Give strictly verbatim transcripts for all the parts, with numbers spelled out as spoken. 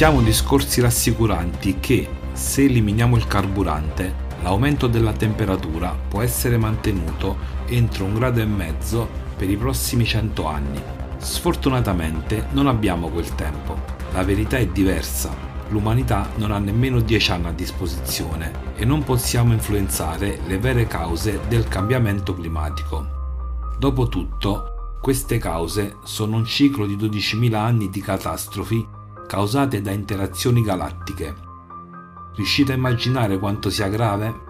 Sentiamo discorsi rassicuranti che, se eliminiamo il carburante, l'aumento della temperatura può essere mantenuto entro un grado e mezzo per i prossimi cento anni. Sfortunatamente non abbiamo quel tempo. La verità è diversa. L'umanità non ha nemmeno dieci anni a disposizione e non possiamo influenzare le vere cause del cambiamento climatico. Dopotutto, queste cause sono un ciclo di dodicimila anni di catastrofi causate da interazioni galattiche. Riuscite a immaginare quanto sia grave?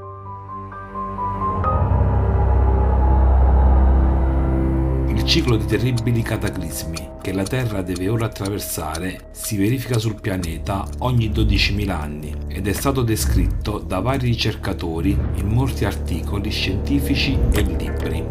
Il ciclo di terribili cataclismi che la Terra deve ora attraversare si verifica sul pianeta ogni dodicimila anni ed è stato descritto da vari ricercatori in molti articoli scientifici e libri.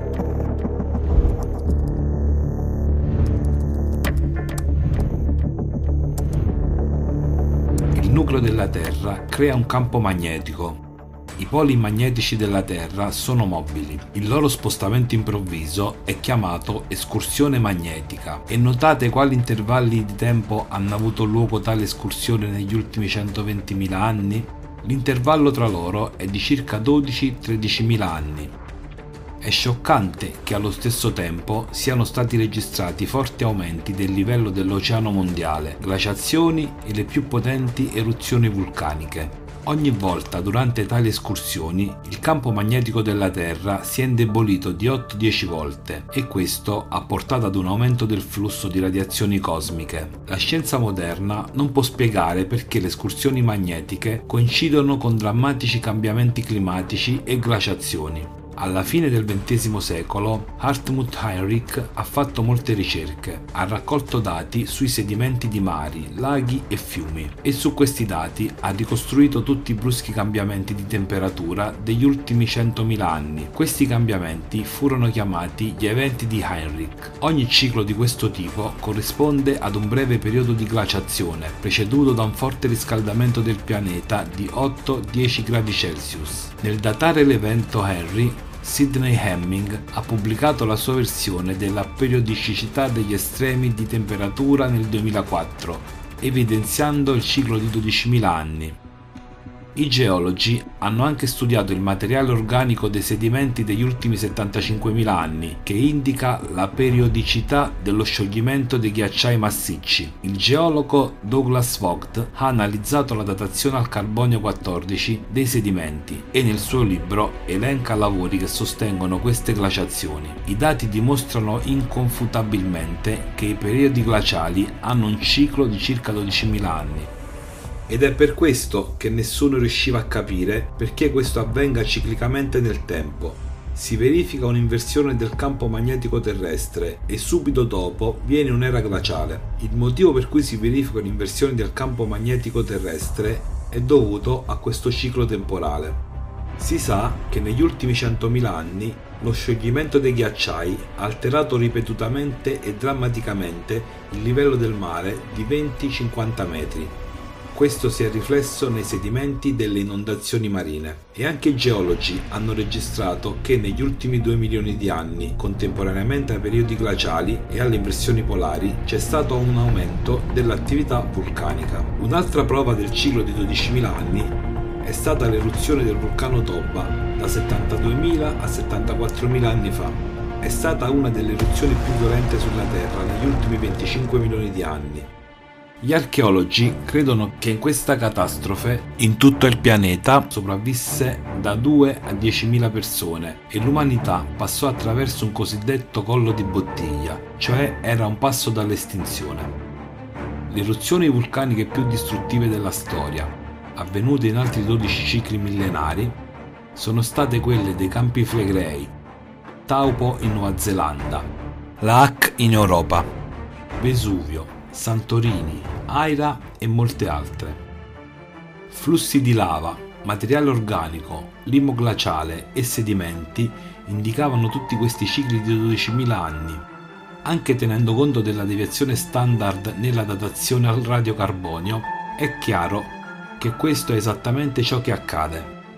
Il nucleo della Terra crea un campo magnetico. I poli magnetici della Terra sono mobili. Il loro spostamento improvviso è chiamato escursione magnetica. E notate quali intervalli di tempo hanno avuto luogo tale escursione negli ultimi centoventimila anni? L'intervallo tra loro è di circa dodici tredicimila anni. È scioccante che allo stesso tempo siano stati registrati forti aumenti del livello dell'oceano mondiale, glaciazioni e le più potenti eruzioni vulcaniche. Ogni volta durante tali escursioni il campo magnetico della Terra si è indebolito di otto dieci volte e questo ha portato ad un aumento del flusso di radiazioni cosmiche. La scienza moderna non può spiegare perché le escursioni magnetiche coincidono con drammatici cambiamenti climatici e glaciazioni. Alla fine del ventesimo secolo, Hartmut Heinrich ha fatto molte ricerche, ha raccolto dati sui sedimenti di mari, laghi e fiumi e su questi dati ha ricostruito tutti i bruschi cambiamenti di temperatura degli ultimi centomila anni. Questi cambiamenti furono chiamati gli eventi di Heinrich. Ogni ciclo di questo tipo corrisponde ad un breve periodo di glaciazione, preceduto da un forte riscaldamento del pianeta di otto dieci gradi Celsius. Nel datare l'evento Henry, Sidney Hemming ha pubblicato la sua versione della periodicità degli estremi di temperatura nel duemilaquattro, evidenziando il ciclo di dodicimila anni. I geologi hanno anche studiato il materiale organico dei sedimenti degli ultimi settantacinquemila anni, che indica la periodicità dello scioglimento dei ghiacciai massicci. Il geologo Douglas Vogt ha analizzato la datazione al carbonio quattordici dei sedimenti e nel suo libro elenca lavori che sostengono queste glaciazioni. I dati dimostrano inconfutabilmente che i periodi glaciali hanno un ciclo di circa dodicimila anni. Ed è per questo che nessuno riusciva a capire perché questo avvenga ciclicamente nel tempo. Si verifica un'inversione del campo magnetico terrestre e subito dopo viene un'era glaciale. Il motivo per cui si verifica un'inversione del campo magnetico terrestre è dovuto a questo ciclo temporale. Si sa che negli ultimi centomila anni lo scioglimento dei ghiacciai ha alterato ripetutamente e drammaticamente il livello del mare di venti cinquanta metri. Questo si è riflesso nei sedimenti delle inondazioni marine e anche i geologi hanno registrato che negli ultimi due milioni di anni, contemporaneamente ai periodi glaciali e alle inversioni polari, c'è stato un aumento dell'attività vulcanica. Un'altra prova del ciclo di dodicimila anni è stata l'eruzione del vulcano Toba da settantaduemila a settantaquattromila anni fa. È stata una delle eruzioni più violente sulla Terra negli ultimi venticinque milioni di anni. Gli archeologi credono che in questa catastrofe in tutto il pianeta sopravvisse da due a diecimila persone e l'umanità passò attraverso un cosiddetto collo di bottiglia, cioè era un passo dall'estinzione. Le eruzioni vulcaniche più distruttive della storia, avvenute in altri dodici cicli millenari, sono state quelle dei Campi Flegrei, Taupo in Nuova Zelanda, Laak in Europa, Vesuvio, Santorini, Aira e molte altre. Flussi di lava, materiale organico, limo glaciale e sedimenti indicavano tutti questi cicli di dodicimila anni. Anche tenendo conto della deviazione standard nella datazione al radiocarbonio, è chiaro che questo è esattamente ciò che accade.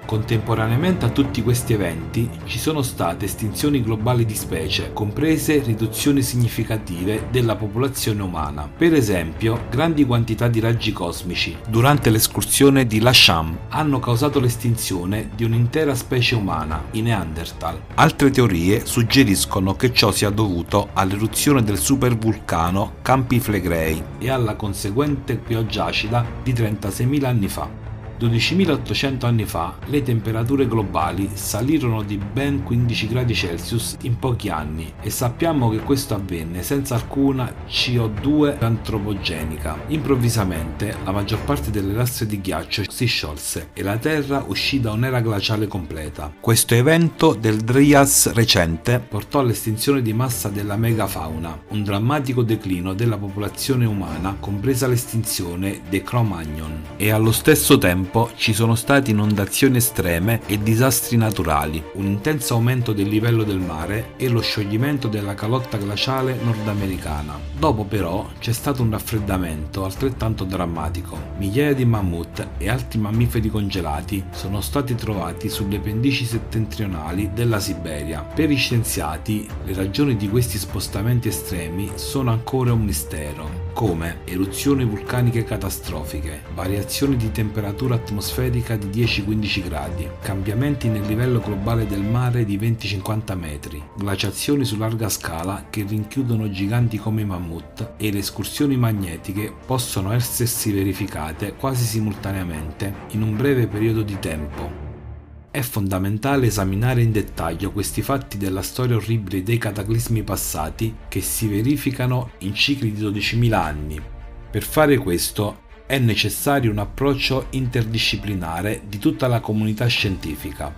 Contemporaneamente a tutti questi eventi ci sono state estinzioni globali di specie, comprese riduzioni significative della popolazione umana. Per esempio, grandi quantità di raggi cosmici durante l'escursione di Lasham hanno causato l'estinzione di un'intera specie umana, i Neanderthal. Altre teorie suggeriscono che ciò sia dovuto all'eruzione del supervulcano Campi Flegrei e alla conseguente pioggia acida di trentaseimila anni fa. dodicimilaottocento anni fa le temperature globali salirono di ben quindici gradi Celsius in pochi anni e sappiamo che questo avvenne senza alcuna C O due antropogenica. Improvvisamente la maggior parte delle lastre di ghiaccio si sciolse e la Terra uscì da un'era glaciale completa. Questo evento del Dryas recente portò all'estinzione di massa della megafauna, un drammatico declino della popolazione umana, compresa l'estinzione dei Cro-Magnon, e allo stesso tempo ci sono state inondazioni estreme e disastri naturali, un intenso aumento del livello del mare e lo scioglimento della calotta glaciale nordamericana. Dopo però c'è stato un raffreddamento altrettanto drammatico. Migliaia di mammut e altri mammiferi congelati sono stati trovati sulle pendici settentrionali della Siberia. Per gli scienziati le ragioni di questi spostamenti estremi sono ancora un mistero, come eruzioni vulcaniche catastrofiche, variazioni di temperatura atmosferica di dieci quindici gradi, cambiamenti nel livello globale del mare di venti cinquanta metri, glaciazioni su larga scala che rinchiudono giganti come i mammut, e le escursioni magnetiche possono essersi verificate quasi simultaneamente in un breve periodo di tempo. È fondamentale esaminare in dettaglio questi fatti della storia orribile dei cataclismi passati che si verificano in cicli di dodicimila anni. Per fare questo è necessario un approccio interdisciplinare di tutta la comunità scientifica,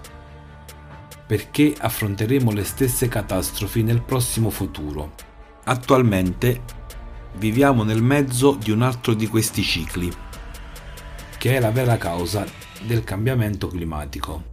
perché affronteremo le stesse catastrofi nel prossimo futuro. Attualmente viviamo nel mezzo di un altro di questi cicli, che è la vera causa del cambiamento climatico.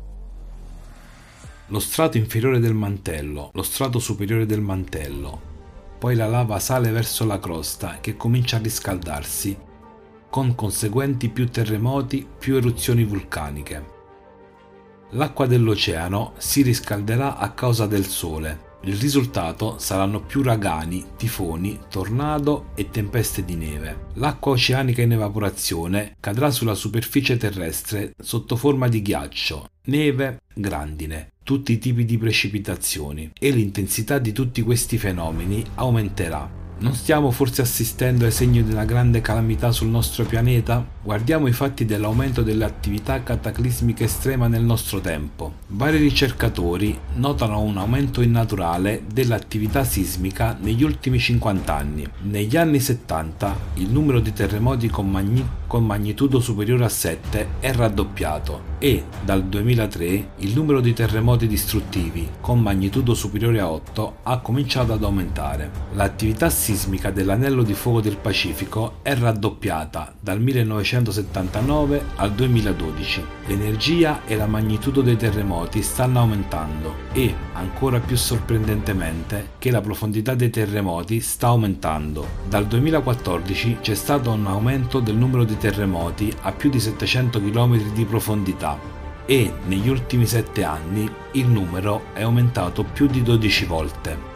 Lo strato inferiore del mantello, lo strato superiore del mantello, poi la lava sale verso la crosta che comincia a riscaldarsi, con conseguenti più terremoti, più eruzioni vulcaniche. L'acqua dell'oceano si riscalderà a causa del sole. Il risultato saranno più uragani, tifoni, tornado e tempeste di neve. L'acqua oceanica in evaporazione cadrà sulla superficie terrestre sotto forma di ghiaccio, neve, grandine, tutti i tipi di precipitazioni, e l'intensità di tutti questi fenomeni aumenterà. Non stiamo forse assistendo ai segni di una grande calamità sul nostro pianeta? Guardiamo i fatti dell'aumento delle attività cataclismiche estrema nel nostro tempo. Vari ricercatori notano un aumento innaturale dell'attività sismica negli ultimi cinquanta anni. Negli anni settanta il numero di terremoti con, magni- con magnitudo superiore a sette è raddoppiato e dal duemilatré il numero di terremoti distruttivi con magnitudo superiore a otto ha cominciato ad aumentare. L'attività sismica dell'anello di fuoco del Pacifico è raddoppiata dal millenovecentosettantanove al duemiladodici. L'energia e la magnitudo dei terremoti stanno aumentando e, ancora più sorprendentemente, che la profondità dei terremoti sta aumentando. Dal duemilaquattordici c'è stato un aumento del numero di terremoti a più di settecento chilometri di profondità e negli ultimi sette anni il numero è aumentato più di dodici volte.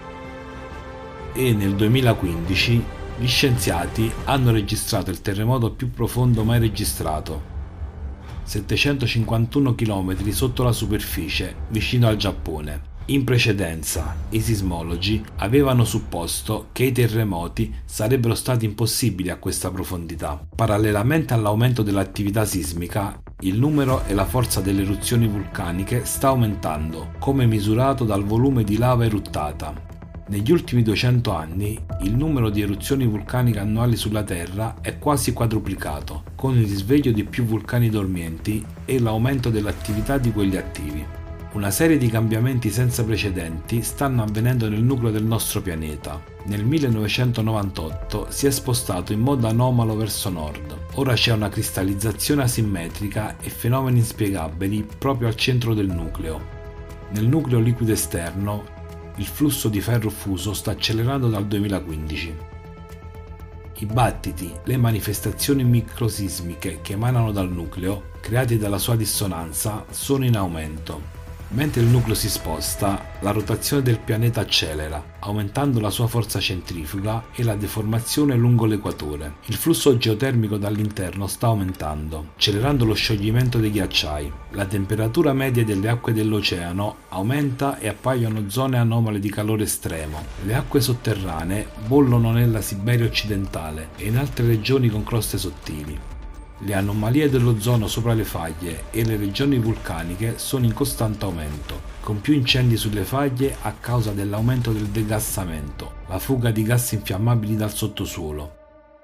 E nel duemilaquindici gli scienziati hanno registrato il terremoto più profondo mai registrato, settecentocinquantuno chilometri sotto la superficie, vicino al Giappone. In precedenza, i sismologi avevano supposto che i terremoti sarebbero stati impossibili a questa profondità. Parallelamente all'aumento dell'attività sismica, il numero e la forza delle eruzioni vulcaniche sta aumentando, come misurato dal volume di lava eruttata. Negli ultimi duecento anni il numero di eruzioni vulcaniche annuali sulla Terra è quasi quadruplicato, con il risveglio di più vulcani dormienti e l'aumento dell'attività di quelli attivi. Una serie di cambiamenti senza precedenti stanno avvenendo nel nucleo del nostro pianeta. Nel millenovecentonovantotto si è spostato in modo anomalo verso nord. Ora c'è una cristallizzazione asimmetrica e fenomeni inspiegabili proprio al centro del nucleo. Nel nucleo liquido esterno il flusso di ferro fuso sta accelerando dal duemilaquindici. I battiti, le manifestazioni microsismiche che emanano dal nucleo, creati dalla sua dissonanza, sono in aumento. Mentre il nucleo si sposta, la rotazione del pianeta accelera, aumentando la sua forza centrifuga e la deformazione lungo l'equatore. Il flusso geotermico dall'interno sta aumentando, accelerando lo scioglimento dei ghiacciai. La temperatura media delle acque dell'oceano aumenta e appaiono zone anomale di calore estremo. Le acque sotterranee bollono nella Siberia occidentale e in altre regioni con croste sottili. Le anomalie dell'ozono sopra le faglie e le regioni vulcaniche sono in costante aumento, con più incendi sulle faglie a causa dell'aumento del degassamento, la fuga di gas infiammabili dal sottosuolo.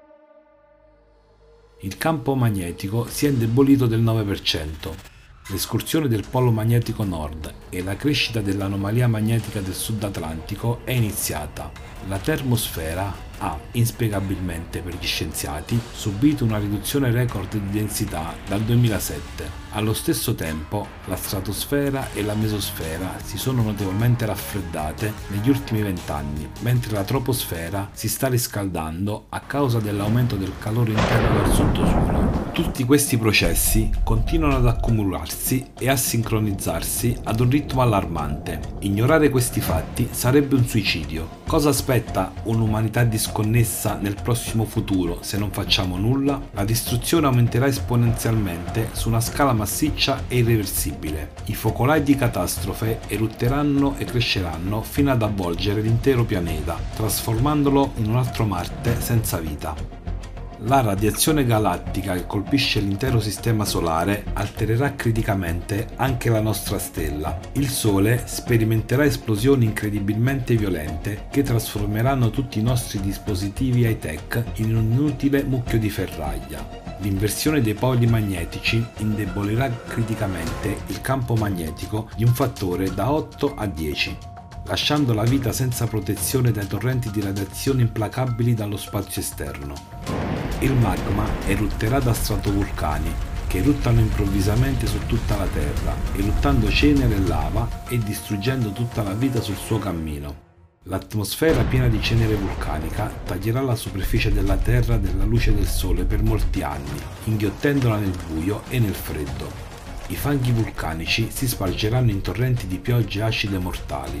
Il campo magnetico si è indebolito del nove per cento. L'escursione del polo magnetico nord e la crescita dell'anomalia magnetica del sud Atlantico è iniziata. La termosfera ha, inspiegabilmente per gli scienziati, subito una riduzione record di densità dal duemilasette. Allo stesso tempo, la stratosfera e la mesosfera si sono notevolmente raffreddate negli ultimi vent'anni, mentre la troposfera si sta riscaldando a causa dell'aumento del calore interno del sottosuolo. Tutti questi processi continuano ad accumularsi e a sincronizzarsi ad un ritmo allarmante. Ignorare questi fatti sarebbe un suicidio. Cosa aspetta un'umanità disconnessa nel prossimo futuro se non facciamo nulla? La distruzione aumenterà esponenzialmente su una scala massiccia e irreversibile. I focolai di catastrofe erutteranno e cresceranno fino ad avvolgere l'intero pianeta, trasformandolo in un altro Marte senza vita. La radiazione galattica che colpisce l'intero sistema solare altererà criticamente anche la nostra stella. Il Sole sperimenterà esplosioni incredibilmente violente che trasformeranno tutti i nostri dispositivi high-tech in un inutile mucchio di ferraglia. L'inversione dei poli magnetici indebolirà criticamente il campo magnetico di un fattore da otto a dieci. Lasciando la vita senza protezione dai torrenti di radiazione implacabili dallo spazio esterno. Il magma erutterà da stratovulcani, che eruttano improvvisamente su tutta la Terra, eruttando cenere e lava e distruggendo tutta la vita sul suo cammino. L'atmosfera piena di cenere vulcanica taglierà la superficie della Terra della luce del Sole per molti anni, inghiottendola nel buio e nel freddo. I fanghi vulcanici si spargeranno in torrenti di piogge acide mortali.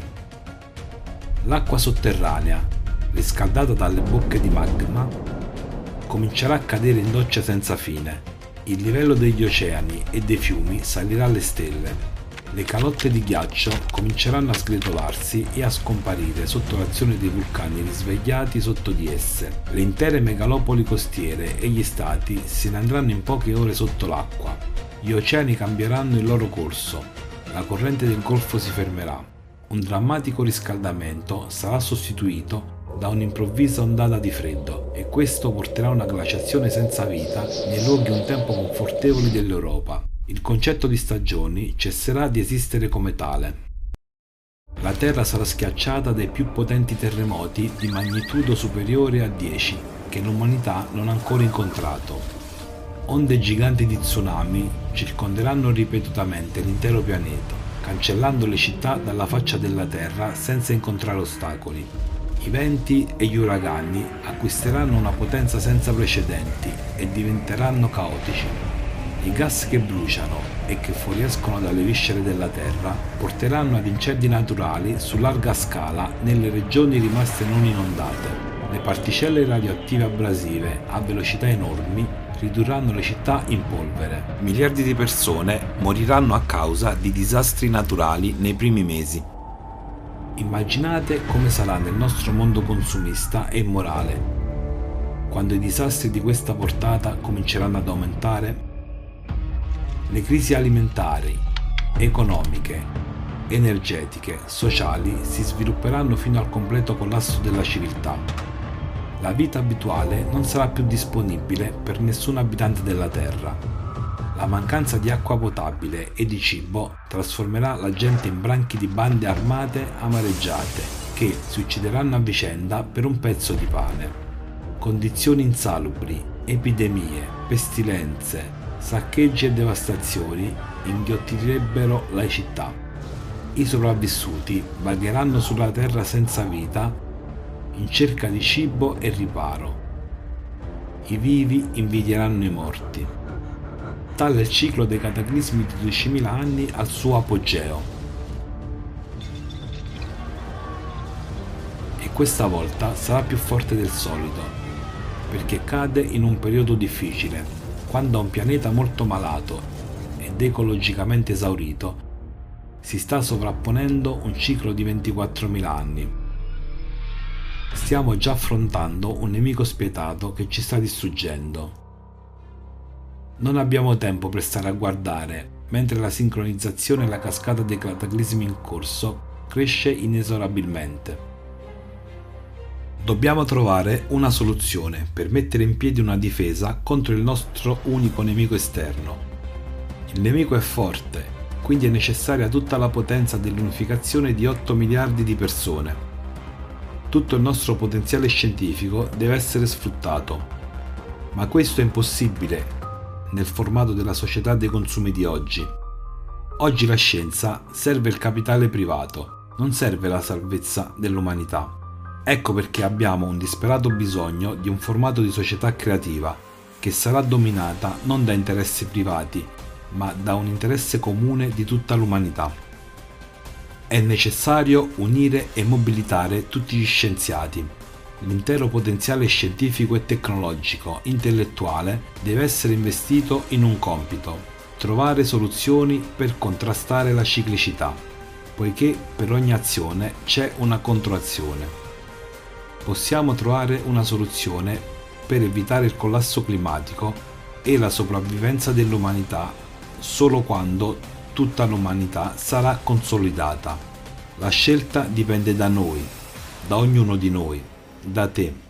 L'acqua sotterranea, riscaldata dalle bocche di magma, comincerà a cadere in docce senza fine. Il livello degli oceani e dei fiumi salirà alle stelle. Le calotte di ghiaccio cominceranno a sgretolarsi e a scomparire sotto l'azione dei vulcani risvegliati sotto di esse. Le intere megalopoli costiere e gli stati se ne andranno in poche ore sotto l'acqua. Gli oceani cambieranno il loro corso. La corrente del Golfo si fermerà. Un drammatico riscaldamento sarà sostituito da un'improvvisa ondata di freddo e questo porterà a una glaciazione senza vita nei luoghi un tempo confortevoli dell'Europa. Il concetto di stagioni cesserà di esistere come tale. La Terra sarà schiacciata dai più potenti terremoti di magnitudo superiore a dieci che l'umanità non ha ancora incontrato. Onde giganti di tsunami circonderanno ripetutamente l'intero pianeta, cancellando le città dalla faccia della Terra senza incontrare ostacoli. I venti e gli uragani acquisteranno una potenza senza precedenti e diventeranno caotici. I gas che bruciano e che fuoriescono dalle viscere della Terra porteranno ad incendi naturali su larga scala nelle regioni rimaste non inondate. Le particelle radioattive abrasive a velocità enormi ridurranno le città in polvere. Miliardi di persone moriranno a causa di disastri naturali nei primi mesi. Immaginate come sarà nel nostro mondo consumista e immorale quando i disastri di questa portata cominceranno ad aumentare. Le crisi alimentari, economiche, energetiche, sociali si svilupperanno fino al completo collasso della civiltà. La vita abituale non sarà più disponibile per nessun abitante della Terra. La mancanza di acqua potabile e di cibo trasformerà la gente in branchi di bande armate amareggiate che si uccideranno a vicenda per un pezzo di pane. Condizioni insalubri, epidemie, pestilenze, saccheggi e devastazioni inghiottirebbero le città. I sopravvissuti vagheranno sulla terra senza vita in cerca di cibo e riparo. i vivi invidieranno i morti. Tale è il ciclo dei cataclismi di dodicimila anni al suo apogeo. E questa volta sarà più forte del solito, perché cade in un periodo difficile, quando un pianeta molto malato ed ecologicamente esaurito si sta sovrapponendo un ciclo di ventiquattromila anni. Stiamo già affrontando un nemico spietato che ci sta distruggendo. Non abbiamo tempo per stare a guardare, mentre la sincronizzazione e la cascata dei cataclismi in corso cresce inesorabilmente. Dobbiamo trovare una soluzione per mettere in piedi una difesa contro il nostro unico nemico esterno. Il nemico è forte, quindi è necessaria tutta la potenza dell'unificazione di otto miliardi di persone. Tutto il nostro potenziale scientifico deve essere sfruttato, ma questo è impossibile nel formato della società dei consumi di oggi. Oggi la scienza serve il capitale privato, non serve la salvezza dell'umanità. Ecco perché abbiamo un disperato bisogno di un formato di società creativa che sarà dominata non da interessi privati, ma da un interesse comune di tutta l'umanità. È necessario unire e mobilitare tutti gli scienziati. L'intero potenziale scientifico e tecnologico, intellettuale, deve essere investito in un compito: trovare soluzioni per contrastare la ciclicità, poiché per ogni azione c'è una controazione. Possiamo trovare una soluzione per evitare il collasso climatico e la sopravvivenza dell'umanità solo quando tutta l'umanità sarà consolidata. La scelta dipende da noi, da ognuno di noi, da te.